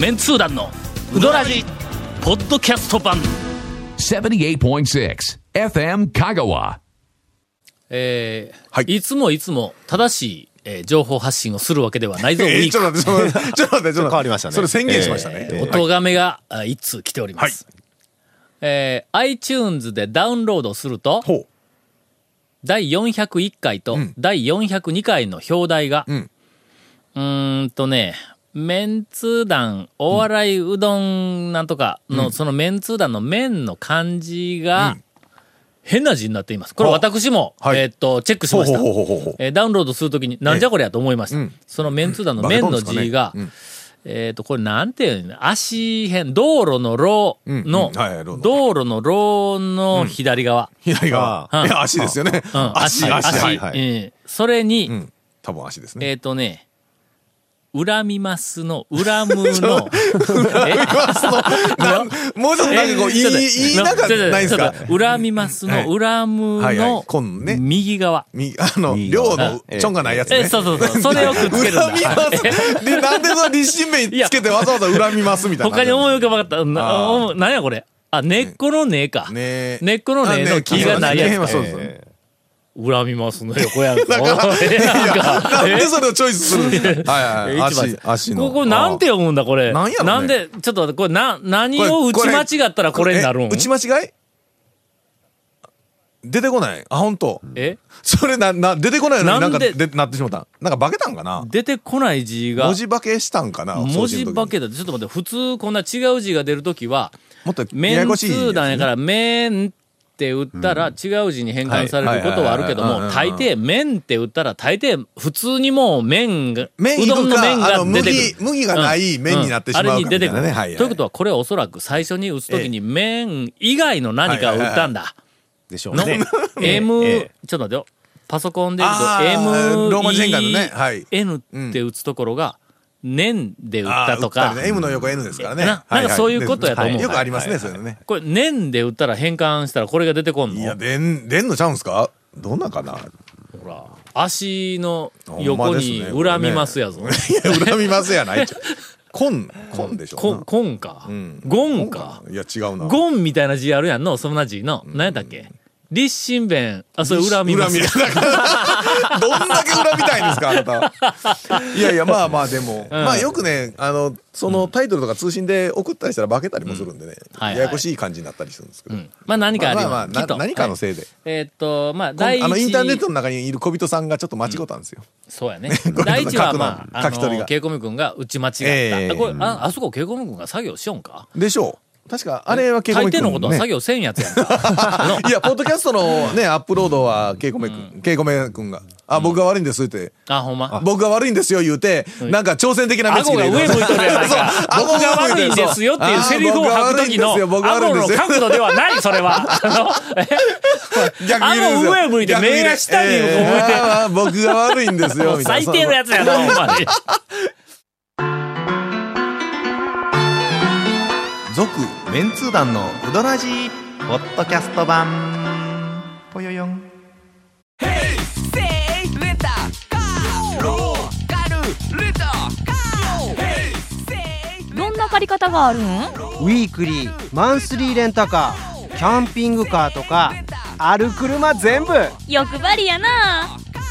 メンツー団のウドラジポッドキャスト版 78.6 FM 香川。 いつも正しい、情報発信をするわけではないぞ、ウィーク。 ちょっと待って、 変わりましたね。 それ宣言しましたね。 おとがめが一通来ております。iTunes でダウンロードすると、 ほう。 第401回と第402回の表題が、メンツー団お笑いうどんなんとかの、そのメンツー団の麺の漢字が、変な字になっています。これ私も、チェックしました。ダウンロードするときに、なんじゃこりゃと思いました。そのメンツー団の麺の字が、これなんていうの、足辺、道路の路の左側。 左側。足ですよね。足。 それに、 多分足ですね。 恨みますの、恨むの。 もうちょっとなんかこう、言いなかったないですか。 恨みますの、恨むの、右側。 量のちょんがないやつね。 そう。それをくっつけるんだ。 恨みます。で、なんでその立身弁つけてわざわざ恨みますみたいな。 他に思い浮かばなかった。なんやこれ。根っこの根か。根っこの根の木がないやつ。 そうです。 恨みますの横やんか。 なんでそれをチョイスするんですか。足の。 これなんて読むんだこれ。 なんやろね。 なんで、ちょっと待って、これ何を打ち間違ったらこれになるん？ 打ち間違い出てこない。あ、本当。それ出てこないのになんかなってしまった。なんか化けたんかな。 出てこない字が。 文字化けしたんかな。 文字化けだって、ちょっと待って、普通こんな違う字が出るときは、 もっとメンツー団やから、麺って打ったら違う字に変換されることはあるけども、大抵麺って打ったら大抵普通にもう麺が、うどんの麺が出てくる。 麦がない麺になってしまうから、 あれに出てくる。ということはこれはおそらく最初に打つときに麺以外の何かを打ったんだ。 でしょうね。 M、ちょっと待ってよ。パソコンで打つと M、 ローマ字変換のね。 N って打つところが、年で打ったとか。 M の横 N ですからね。 なんかそういうことやと思う。 よくありますね、そういうのね。 これ、年で打ったら変換したらこれが出てこんの？ いや、出んのちゃうんすか？どんなんかな。 ほら、足の横に恨みますやぞ。 いや、恨みますやないっちゃ。コンでしょ。 コンか。ゴンか。 いや、違うな。 ゴンみたいな字あるやんの、そんな字の。何やったっけ？立身弁。それ恨みます。 どんだけ恨みたいんですか、あなた。いや、まあでも、まあよくね、そのタイトルとか通信で送ったりしたら化けたりもするんでね、ややこしい感じになったりするんですけど。 まあ何かあるよ。 何かのせいで。 まあ第一。 インターネットの中にいる小人さんがちょっと間違ったんですよ。 そうやね。第一はまあ、ケイコミ君が打ち間違った。これ、あそこケイコミ君が作業しよんか？ でしょう。確か、あれはケイコメ君。 大抵のことは作業せんやつやんか。 いや、ポッドキャストのね、アップロードはケイコメ君が、僕が悪いんですって。 ほんま。 僕が悪いんですよ言うて、なんか挑戦的な目つきで。 顎が上向いとるやないか。僕が悪いんですよっていうセリフを吐くときの、顎の角度ではない、それは。顎上向いて、目が下に向いて。 僕が悪いんですよ、みたいな。 最低のやつやな、ほんまに。 続メンツー団のウドラジーポッドキャスト版ぽよよん。 どんな借り方があるん？ ウィークリー、マンスリーレンタカー、キャンピングカーとかある車全部欲張りやな。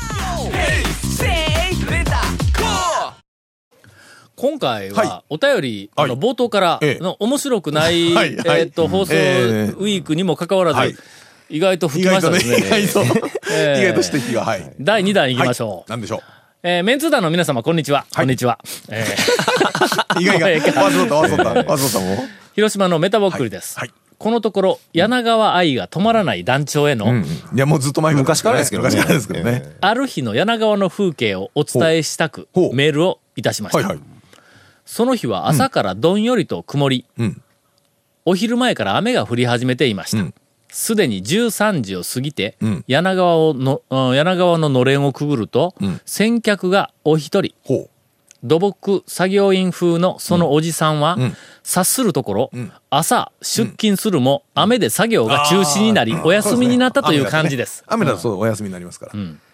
今回はお便り、冒頭からの面白くない放送ウィークにもかかわらず、意外と吹きましたですね。 意外と指摘が。 第2弾いきましょう。 何でしょう。 メンツー団の皆様、こんにちは。こんにちは。 意外が、わざとも。 広島のメタボックリです。このところ、柳川愛が止まらない団長への、 いや、もうずっと前昔からですけどね。 ある日の柳川の風景をお伝えしたく、メールをいたしました。その日は朝からどんよりと曇り、お昼前から雨が降り始めていました。すでに13時を過ぎて、柳川ののれんをくぐると、先客がお一人、土木作業員風のそのおじさんは、察するところ、朝出勤するも雨で作業が中止になり、お休みになったという感じです。 雨だとそうお休みになりますから。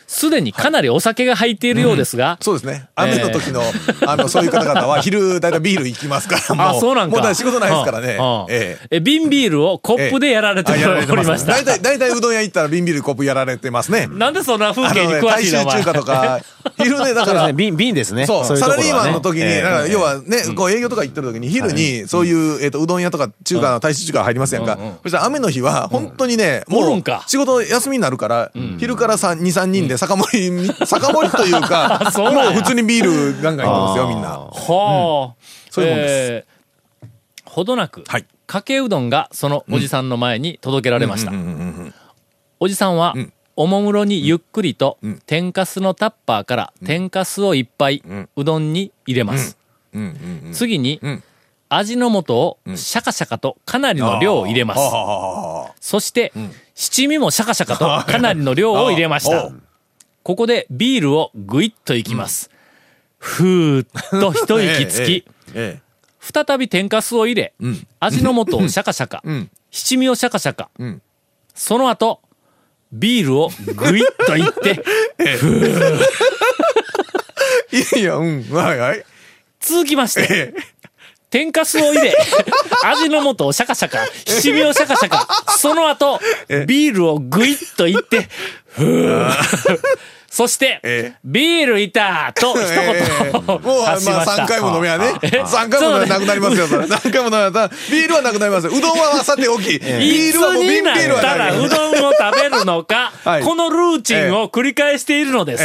すでにかなりお酒が入っているようですが。 そうですね。雨の時の、そういう方々は昼、だいたいビール行きますから、もう。 そうなんか。 もう仕事ないですからね。 瓶ビールをコップでやられておりました。 だいたいうどん屋行ったら瓶ビールコップやられてますね。 なんでそんな風景に詳しいの？ 大衆中華とか、昼ね、だから。 瓶ですね。 そう、サラリーマンの時に、要はね、こう営業とか行ってる時に、昼に、そういう、うどん屋とか中華の大衆中華入りますやんか。そしたら雨の日は、本当にね、もう、仕事休みになるから、昼から2、3人で酒盛りというか、もう普通にビールガンガン行くんですよ、みんな。 はあ。 そういうもんです。 ほどなく、かけうどんがそのおじさんの前に届けられました。おじさんは、おもむろにゆっくりと、天かすのタッパーから天かすをいっぱい、うどんに入れます。次に、味の素をシャカシャカとかなりの量を入れます。そして、七味もシャカシャカとかなりの量を入れました。ここでビールをぐいっといきます。ふーっと一息つき、再び天かすを入れ、味の素をシャカシャカ、七味をシャカシャカ、その後、ビールをぐいっといって、ふー。 いや、はいはい。 続きまして、天かすを入れ、味の素をシャカシャカ、七味をシャカシャカ、その後、ビールをぐいっといって、ふー。そして、ビールいたと一言もう、3回も飲みはね。3回もなくなりますよ、それ。3回も飲みは、ビールはなくなりますよ。うどんはさておき、ビールはもう瓶ビールはなくなる。 いつになったらうどんを食べるのか、このルーチンを繰り返しているのです。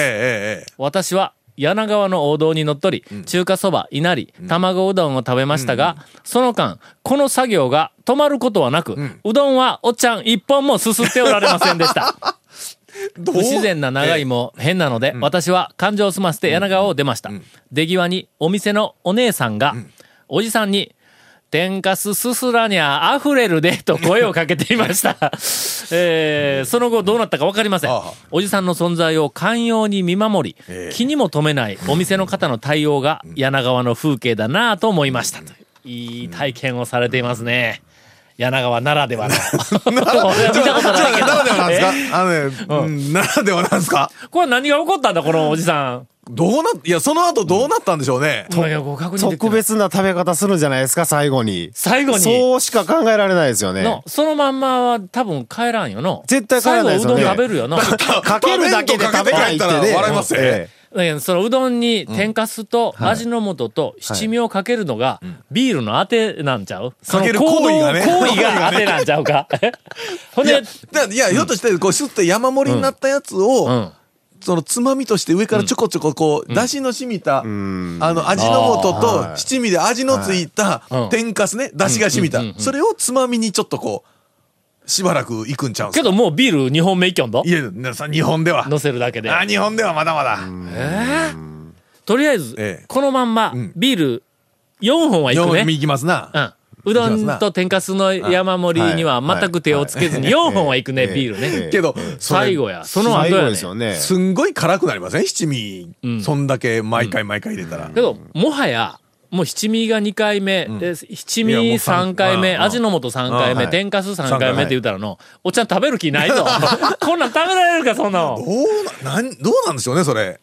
私は、柳川の王道にのっとり、中華そば、稲荷、卵うどんを食べましたが、その間、この作業が止まることはなく、うどんはおっちゃん一本もすすっておられませんでした。不自然な長いも変なので、私は感情を済ませて柳川を出ました。出際にお店のお姉さんが、おじさんに、天かすすすらにゃ溢れるで、と声をかけていました。その後どうなったかわかりません。おじさんの存在を寛容に見守り、気にも留めないお店の方の対応が柳川の風景だなぁと思いました。いい体験をされていますね。柳川ならではの。見たことないけど。 ならではなんですか？ならではなんですか？ これ何が起こったんだ、このおじさん。 いや、その後どうなったんでしょうね。 特別な食べ方するんじゃないですか、最後に。そうしか考えられないですよね。 そのまんまは多分帰らんよな。 絶対帰らないですよね。 最後うどん食べるよな。 かけるだけで食べないってね。 笑いますね。 そのうどんに天かすと味の素と七味をかけるのがビールのあてなんちゃう？ かける行為がね。 行為があてなんちゃうか？ほんで、 いや、ひょっとして、こう、シュッて山盛りになったやつを、そのつまみとして上からちょこちょここう、出汁の染みた、味の素と七味で味のついた天かすね、出汁が染みた。それをつまみにちょっとこう、しばらくいくんちゃうんすか？ けどもうビール2本目いきょんだ？ いや、日本では。 乗せるだけで。 日本ではまだまだ。 とりあえず、このまんま、ビール4本はいくね。 4本いきますな。 うどんと天かすの山盛りには全く手をつけずに4本はいくね、ビールね。 けど、 最後や。その後やね。 すんごい辛くなりません？七味。そんだけ毎回入れたら。 けど、もはや、もう七味が2回目、七味3回目、味の素3回目、天かす3回目って言うたらの、おっちゃん食べる気ないぞ。こんなん食べられるか、そんなの。 どうなんでしょうね、それ。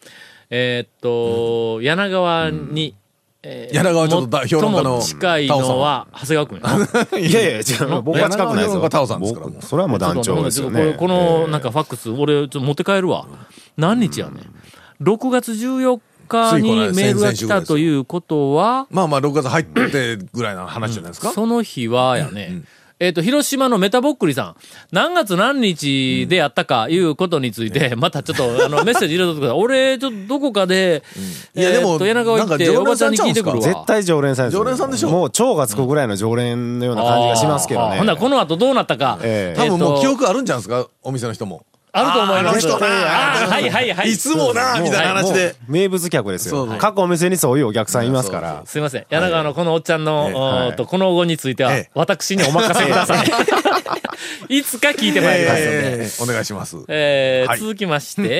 柳川に、 柳川ちょっと評論家の近いのは長谷川君や。 いやいや、違う。僕は近くないですよ。 タオさんですから。 それはもう団長ですよね。 このなんかファックス、俺ちょっと持って帰るわ。何日やね。6月14日にメールが来たということは、 まあ6月入ってぐらいの話じゃないですか。 その日はやね。広島のメタボックリさん、何月何日でやったかいうことについて、またちょっとメッセージ入れとってください。俺、ちょっとどこかで、 いやでも、 柳川行って、おばちゃんに聞いてくるわ。 絶対常連さんですよ。 常連さんでしょ。 もう蝶がつくぐらいの常連のような感じがしますけどね。 ほんならこの後どうなったか。 多分もう記憶あるんじゃないですか、お店の人も。 あると思います。 いつもな、みたいな話で。 名物客ですよ。各お店にそういうお客さんいますから。 すいません。柳川のこのおっちゃんの、この後については、私にお任せください。いつか聞いてまいりますので。 お願いします。 続きまして、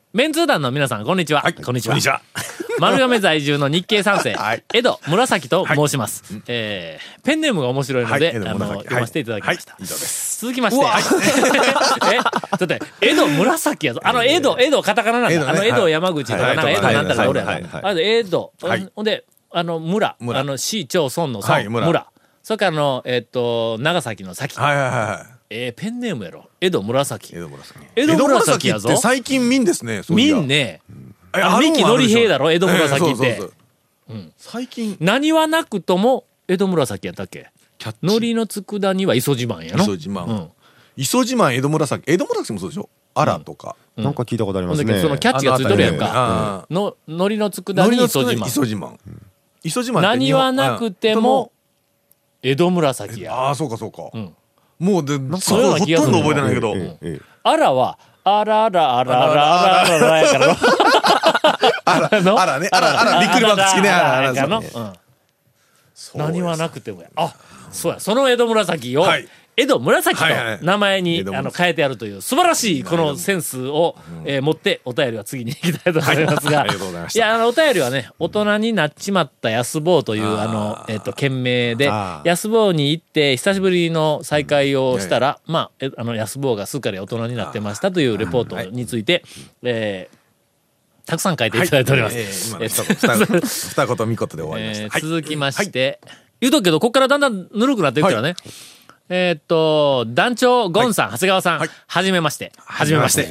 メンツー団の皆さん、こんにちは。 はい、 こんにちは。 こんにちは。 丸亀在住の日系三世、 はい江戸紫と申します。ペンネームが面白いので、 はい江戸紫読ませていただきました。 はい、以上です。 続きまして、だって、江戸紫やぞ。江戸カタカナなんだ。江戸山口とか、なんか江戸なんたら俺やろ。江戸。ほんで、村、市町村の村。それから長崎の崎。 はいはいはい。 ペンネームやろ。江戸紫。 江戸紫。 江戸紫やぞ。 って最近民ですね。 民ね。三木のり平だろ、江戸紫って。 最近。 何はなくとも、江戸紫やったっけ？のりの佃煮は磯自慢やの。 磯自慢。磯自慢、江戸紫。江戸紫もそうでしょ？あらとか。 なんか聞いたことありますね。 そのキャッチがついとるやんか。のりの佃煮、磯自慢。 磯自慢。磯自慢。 何はなくても、江戸紫や。 ああ、そうかそうか。もうで、 そういうような気がする。 ほとんど覚えてないけど。 あらは、あららあららあらららやからの。 あらね、あら、びっくりマーク付きね、あらら。 何はなくてもや。あ、そうや、その江戸紫を、江戸紫と名前に変えてやるという素晴らしいこのセンスを持ってお便りは次に行きたいと思いますが、いや、お便りはね、大人になっちまった安坊という件名で、安坊に行って久しぶりの再会をしたら、まあ、安坊がすっかり大人になってましたというレポートについて、たくさん書いていただいております。 二言三言で終わりました。 続きまして、言うとくけど、ここからだんだんぬるくなっていくからね。団長ゴンさん、長谷川さん、はじめまして。はじめまして。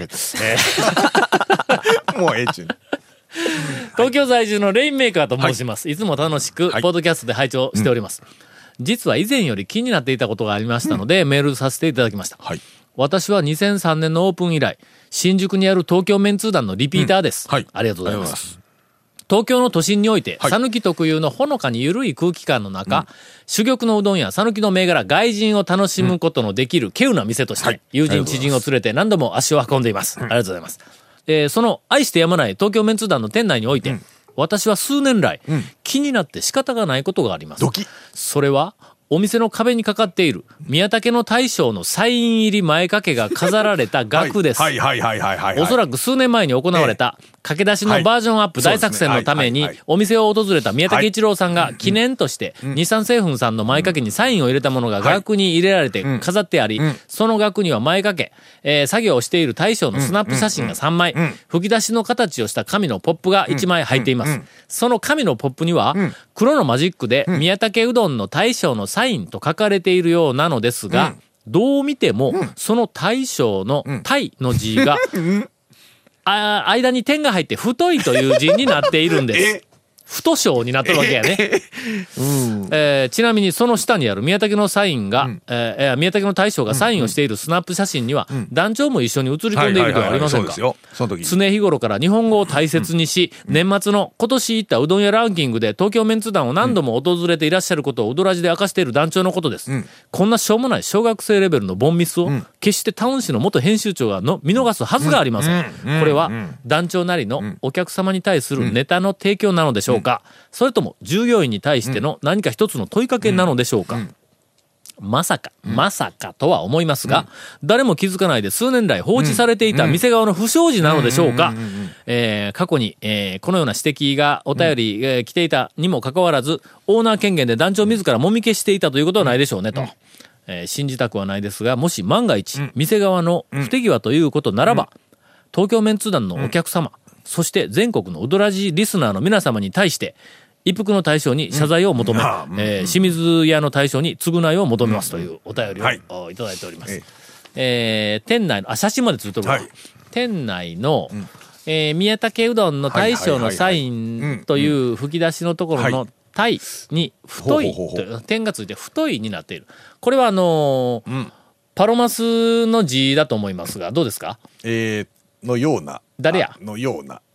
もうええちゅう。 東京在住のレインメーカーと申します。いつも楽しく、ポッドキャストで拝聴しております。実は以前より気になっていたことがありましたので、メールさせていただきました。私は2003年のオープン以来、新宿にある東京メンツー団のリピーターです。ありがとうございます。東京の都心において、讃岐特有のほのかに緩い空気感の中、珠玉のうどんや讃岐の銘柄、外人を楽しむことのできる稀有な店として、友人知人を連れて何度も足を運んでいます。ありがとうございます。その愛してやまない東京メンツー団の店内において、私は数年来、気になって仕方がないことがあります。それは、お店の壁にかかっている宮武の大将のサイン入り前掛けが飾られた額です。おそらく数年前に行われた駆け出しのバージョンアップ大作戦のためにお店を訪れた宮武一郎さんが記念として日産製粉さんの前掛けにサインを入れたものが額に入れられて飾ってあり、その額には前掛け、作業をしている大将のスナップ写真が3枚、吹き出しの形をした紙のポップが1枚入っています。その紙のポップには黒のマジックで宮武うどんの大将のサインと書かれているようなのですが、どう見てもその大将の大の字が間に点が入って太いという字になっているんです。太小になってるわけやね。ちなみにその下にある宮武のサインが、宮武の大将がサインをしているスナップ写真には、団長も一緒に写り込んでいるではありませんか。常日頃から日本語を大切にし、年末の今年行ったうどん屋ランキングで東京メンツ団を何度も訪れていらっしゃることをうどらじで明かしている団長のことです。こんなしょうもない小学生レベルのボンミスを、決してタウン市の元編集長が見逃すはずがありません。これは団長なりのお客様に対するネタの提供なのでしょうか、それとも従業員に対しての何か一つの問いかけなのでしょうか。まさかとは思いますが、誰も気づかないで数年来放置されていた店側の不祥事なのでしょうか。過去に、このような指摘がお便り、来ていたにもかかわらず、オーナー権限で団長自らもみ消していたということはないでしょうねと。信じたくはないですが、もし万が一、店側の不手際ということならば、東京メンツ団のお客様、そして全国のうどらじリスナーの皆様に対して、一服の大将に謝罪を求め、清水屋の大将に償いを求めますというお便りをいただいております。店内の、写真までついてるわ。店内の、宮武うどんの大将のサインという吹き出しのところの体に太いという点がついて太いになっている。これはパロマスの字だと思いますが、どうですか？ のような。 誰や？ のような。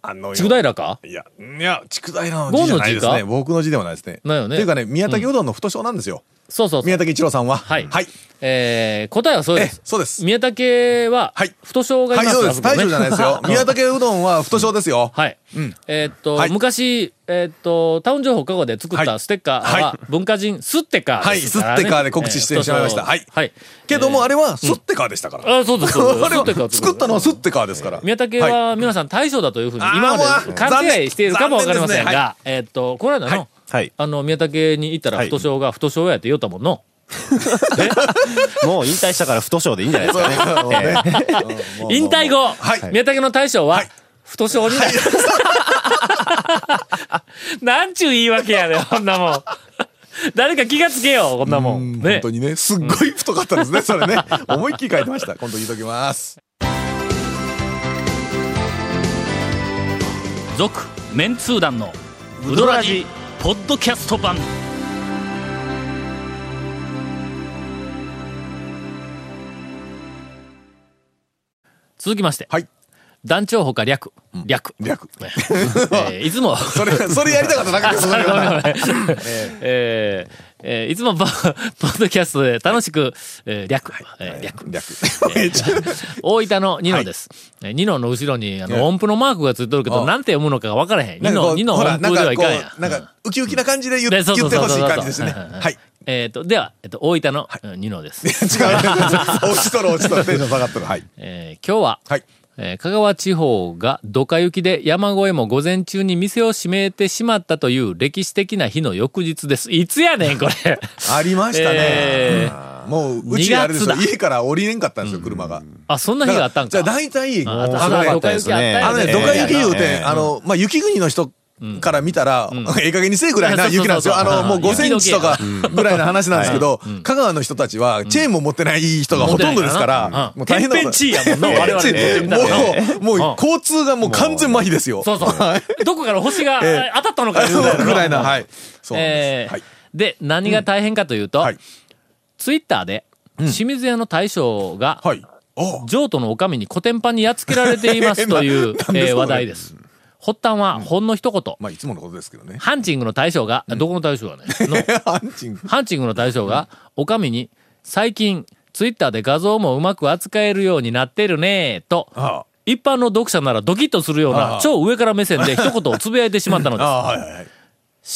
筑平か？ いや、筑平の字じゃないですね。僕の字ではないですね。 だよね。 というかね、宮武うどんの太称なんですよ。 そうそうそう。 宮武一郎さんは。 はい。 はい。 答えはそうです。 そうです。 宮武は、太称がいます。 はい、そうです。大将じゃないですよ。宮武うどんは太称ですよ。 はい。昔、タウン情報カゴで作ったステッカーは、文化人スッテカーですからね。 はい、スッテカーで告知してしまいました。はい。 はい。 けども、あれはスッテカーでしたから。 あ、そうです、そうです。 あれは作ったのはスッテカーですから。 宮武は皆さん大将だというふうに今まで勘違いしているかもわかりませんが、この間の、宮武に行ったら太称が太称やって言おったもんの。 もう引退したから太称でいいんじゃないですかね。 引退後、宮武の大将は太称になる。なんちゅう言い訳やねん、こんなもん。誰か気がつけよ、こんなもん。 本当にね、すっごい太かったですね、それね。思いっきり書いてました。今度言いときます。 続メンツー団のウドラジポッドキャスト版。続きまして、団長ほか略。いつもそれやりたかっただけです。いつもポッドキャストで楽しく略。大分のニノです。ニノの後ろに音符のマークがついてるけど、なんて読むのかが分からへん。ニノ音符ではいかんや。 なんかウキウキな感じで言ってほしい感じですね。はい。 では、大分のニノです。 違う。落ちとるテンション下がっとる。はい。 今日は、香川地方がドカ雪で山越えも午前中に店を閉めてしまったという歴史的な日の翌日です。いつやねん、これ。 ありましたね。もう、うちあれですよ。家から降りれんかったんですよ、車が。 あ、そんな日があったんか。 じゃあ大体、 ドカ雪あったよね。 ドカ雪言うて、雪国の人、から見たら、ええ加減にせえぐらいな雪なんですよ。もう5センチとかぐらいの話なんですけど、香川の人たちはチェーンも持ってない人がほとんどですから、 もう大変な。天変地異やもんな、我々にとってみたら。 もう交通がもう完全麻痺ですよ。 そうそう。どこから星が当たったのかぐらいな。はい。 で、何が大変かというと、ツイッターで、清水屋の大将が、譲渡のお上にコテンパンにやっつけられていますという話題です。発端は、ほんの一言。 まあ、いつものことですけどね。 ハンチングの大将が、どこの大将がね。ハンチングの大将が、お上に、最近、ツイッターで画像もうまく扱えるようになってるねと、一般の読者ならドキッとするような超上から目線で一言をつぶやいてしまったのです。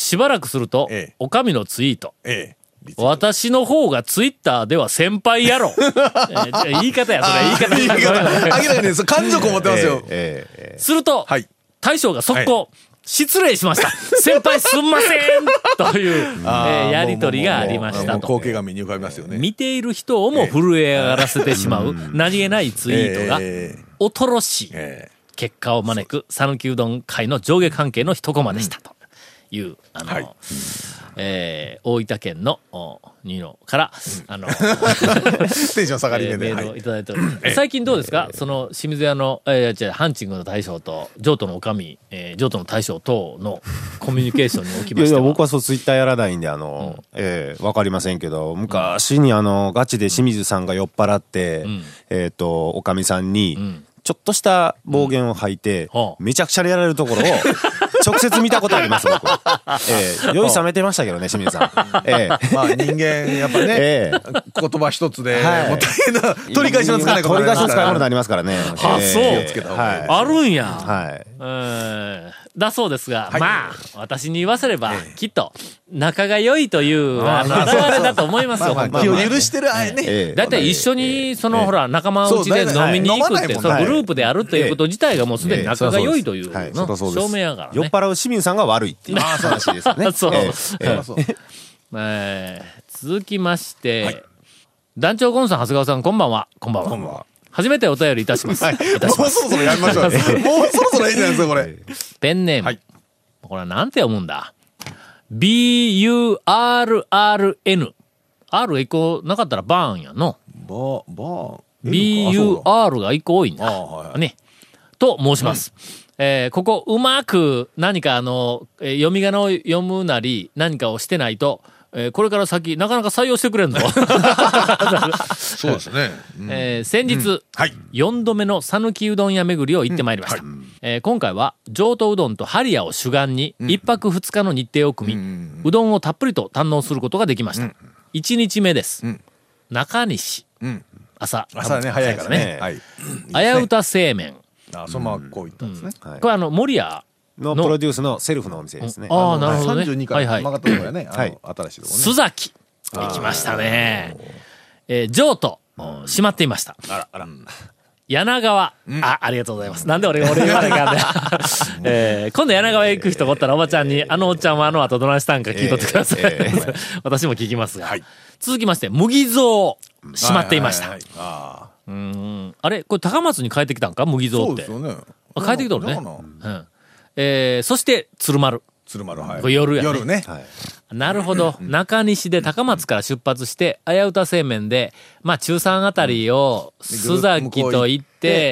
しばらくすると、お上のツイート。私の方がツイッターでは先輩やろ。言い方や、それ。言い方。 明らかに感情こもってますよ。 すると、大将が速攻、失礼しました。先輩すんませんというやりとりがありましたと。 光景画面に浮かびますよね。 見ている人をも震え上がらせてしまう何気ないツイートが恐ろしい結果を招く讃岐うどん界の上下関係の一コマでしたという大分県のニノからテンション下がり目でメールをいただいております。最近どうですか、その清水屋のハンチングの大将と譲渡のお上、譲渡の大将等のコミュニケーションにおきましては。 いや僕はそうツイッターやらないんでわかりませんけど、昔にガチで清水さんが酔っ払って、おかみさんに、ちょっとした暴言を吐いて、めちゃくちゃやられるところを直接見たことあります、僕。酔い冷めてましたけどね、清水さん。 まあ人間、やっぱね、言葉一つで、もう大変な、取り返しのつかないこと取り返しのつかないことになりますからね。 あ、そう。あるんや。 はい。 だそうですが、まあ、私に言わせれば、きっと、仲が良いという表れだと思いますよ、 気を許してるね。 だいたい一緒に、仲間内で飲みに行くって、グループであるということ自体がもうすでに仲が良いという証明やからね。 酔っ払う清水さんが悪いっていう話ですね。 そう。続きまして、団長ゴンさん、長谷川さん、こんばんは。こんばんは。初めてお便りいたします。 もうそろそろやりましょう。もうそろそろいいじゃないですか、これ。 ペンネーム。これはなんて読むんだ ?BURRN。R が一個なかったらバーンやの。BUR が一個多いんだ。ね。と申します。ここうまく何か読み仮名を読むなり何かをしてないと、 これから先なかなか採用してくれんぞ。 そうですね。 先日、4度目の讃岐うどん屋巡りを行ってまいりました。今回は上都うどんとハリヤを主眼に1泊2日の日程を組み、うどんをたっぷりと堪能することができました。1日目です。中西。朝ね、早いからね。 綾歌製麺。 そのままこう言ったんですね。 これ森屋のプロデュースのセルフのお店ですね。 ああ、なるほどね。 32から曲がったところやね。新しいところね。 須崎。行きましたね。上都。閉まっていました。柳川。ありがとうございます。なんで俺言わないかんね。今度柳川へ行く人おったらおばちゃんに、おっちゃんは後どないしたんか聞いとってください。私も聞きますが。続きまして、麦蔵。閉まっていました。あれこれ高松に帰ってきたんか麦蔵って。 そうですよね。 帰ってきたのね。そして、鶴丸。夜やね。 夜ね。 なるほど。中西で高松から出発して、綾歌製麺で、中山あたりを須崎と行って、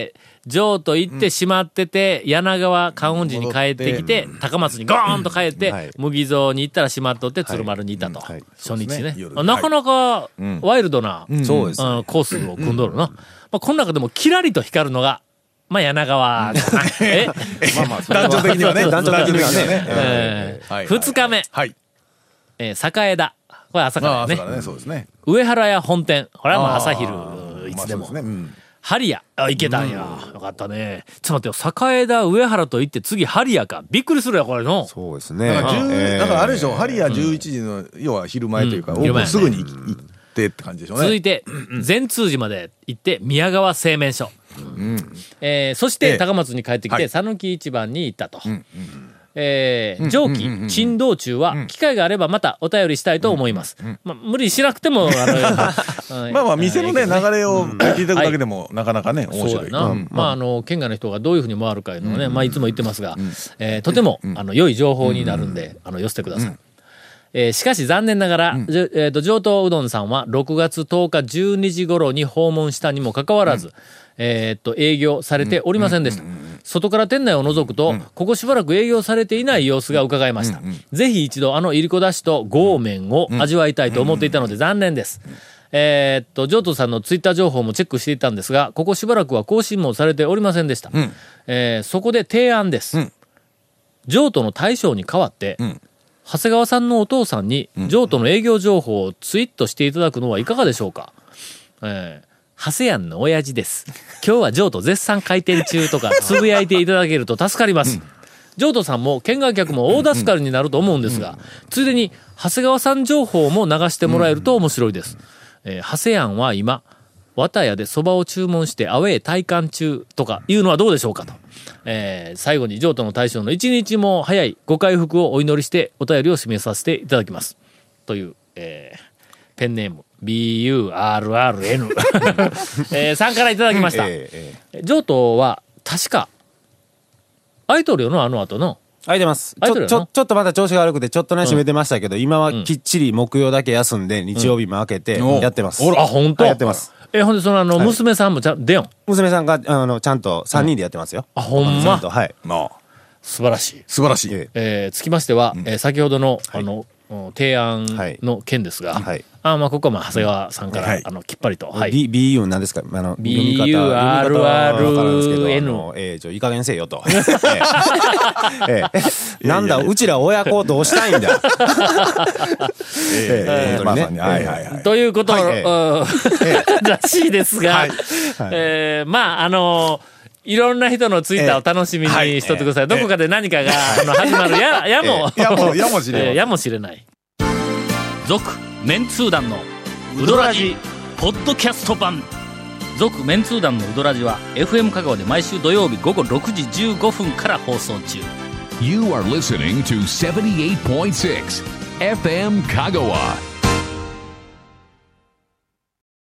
上と行って閉まってて、柳川観音寺に帰ってきて、高松にゴーンと帰って、麦蔵に行ったら閉まっとって鶴丸にいたと。初日ね。なかなかワイルドなコースを組んどるな。この中でもキラリと光るのが、柳川かな。 男女的にはね。 2日目。栄田。これ朝からね。 そうですね。 上原屋本店。これは朝昼、いつでも。ハリヤ。行けたんや。よかったね。ちょっと待ってよ。栄田、上原と行って次ハリヤか。びっくりするよ、これの。 そうですね。 だからあれでしょ、ハリヤ11時の、要は昼前というか、すぐに行ってって感じでしょうね。 続いて、善通寺まで行って、宮川製麺所。そして高松に帰ってきて讃岐一番に行ったと。上記珍道中は機会があればまたお便りしたいと思います。無理しなくても店のね流れを聞いていくだけでもなかなかね面白いな。 県外の人がどういうふうに回るかいうのをねいつも言ってますが、とても良い情報になるんで寄せてください。しかし残念ながら上都うどんさんは6月10日12時頃に訪問したにもかかわらず営業されておりませんでした。外から店内を覗くと、ここしばらく営業されていない様子が伺えました。ぜひ一度いりこだしと豪麺を味わいたいと思っていたので残念です。上都さんのツイッター情報もチェックしていたんですが、ここしばらくは更新もされておりませんでした。そこで提案です。上都の大将に代わって、長谷川さんのお父さんに上都の営業情報をツイートしていただくのはいかがでしょうか。長谷庵の親父です。今日は上都絶賛開店中とかつぶやいていただけると助かります。上都さんも県外客も大助かりになると思うんですが、ついでに長谷川さん情報も流してもらえると面白いです。長谷庵は今綿屋で蕎麦を注文してアウェー体感中とかいうのはどうでしょうかと。最後に上都の大将の一日も早いご回復をお祈りしてお便りを締めさせていただきますという、ペンネームBURRN さんからいただきました。上都は確か空いとるよの後の空いてます。ちょっとまだ調子が悪くてちょっとね閉めてましたけど、今はきっちり木曜だけ休んで日曜日も開けてやってます。 本当？ やってます。 ほんで娘さんも出よん。 娘さんがちゃんと3人でやってますよ。 ほんま。 はい。 素晴らしい。つきましては先ほどの提案の件ですが、ここは長谷川さんからきっぱりと。 BU なんですか。 BURRN。 いい加減せえよと。なんだうちら親子どうしたいんだ。 ということらしいですが、いろんな人のツイッターを楽しみにしとってください。どこかで何かが始まるやもしれない。続メンツー団のウドラジポッドキャスト版。続メンツー団のウドラジは FM 香川で毎週土曜日午後6時15分から放送中。 You are listening to 78.6 FM 香川。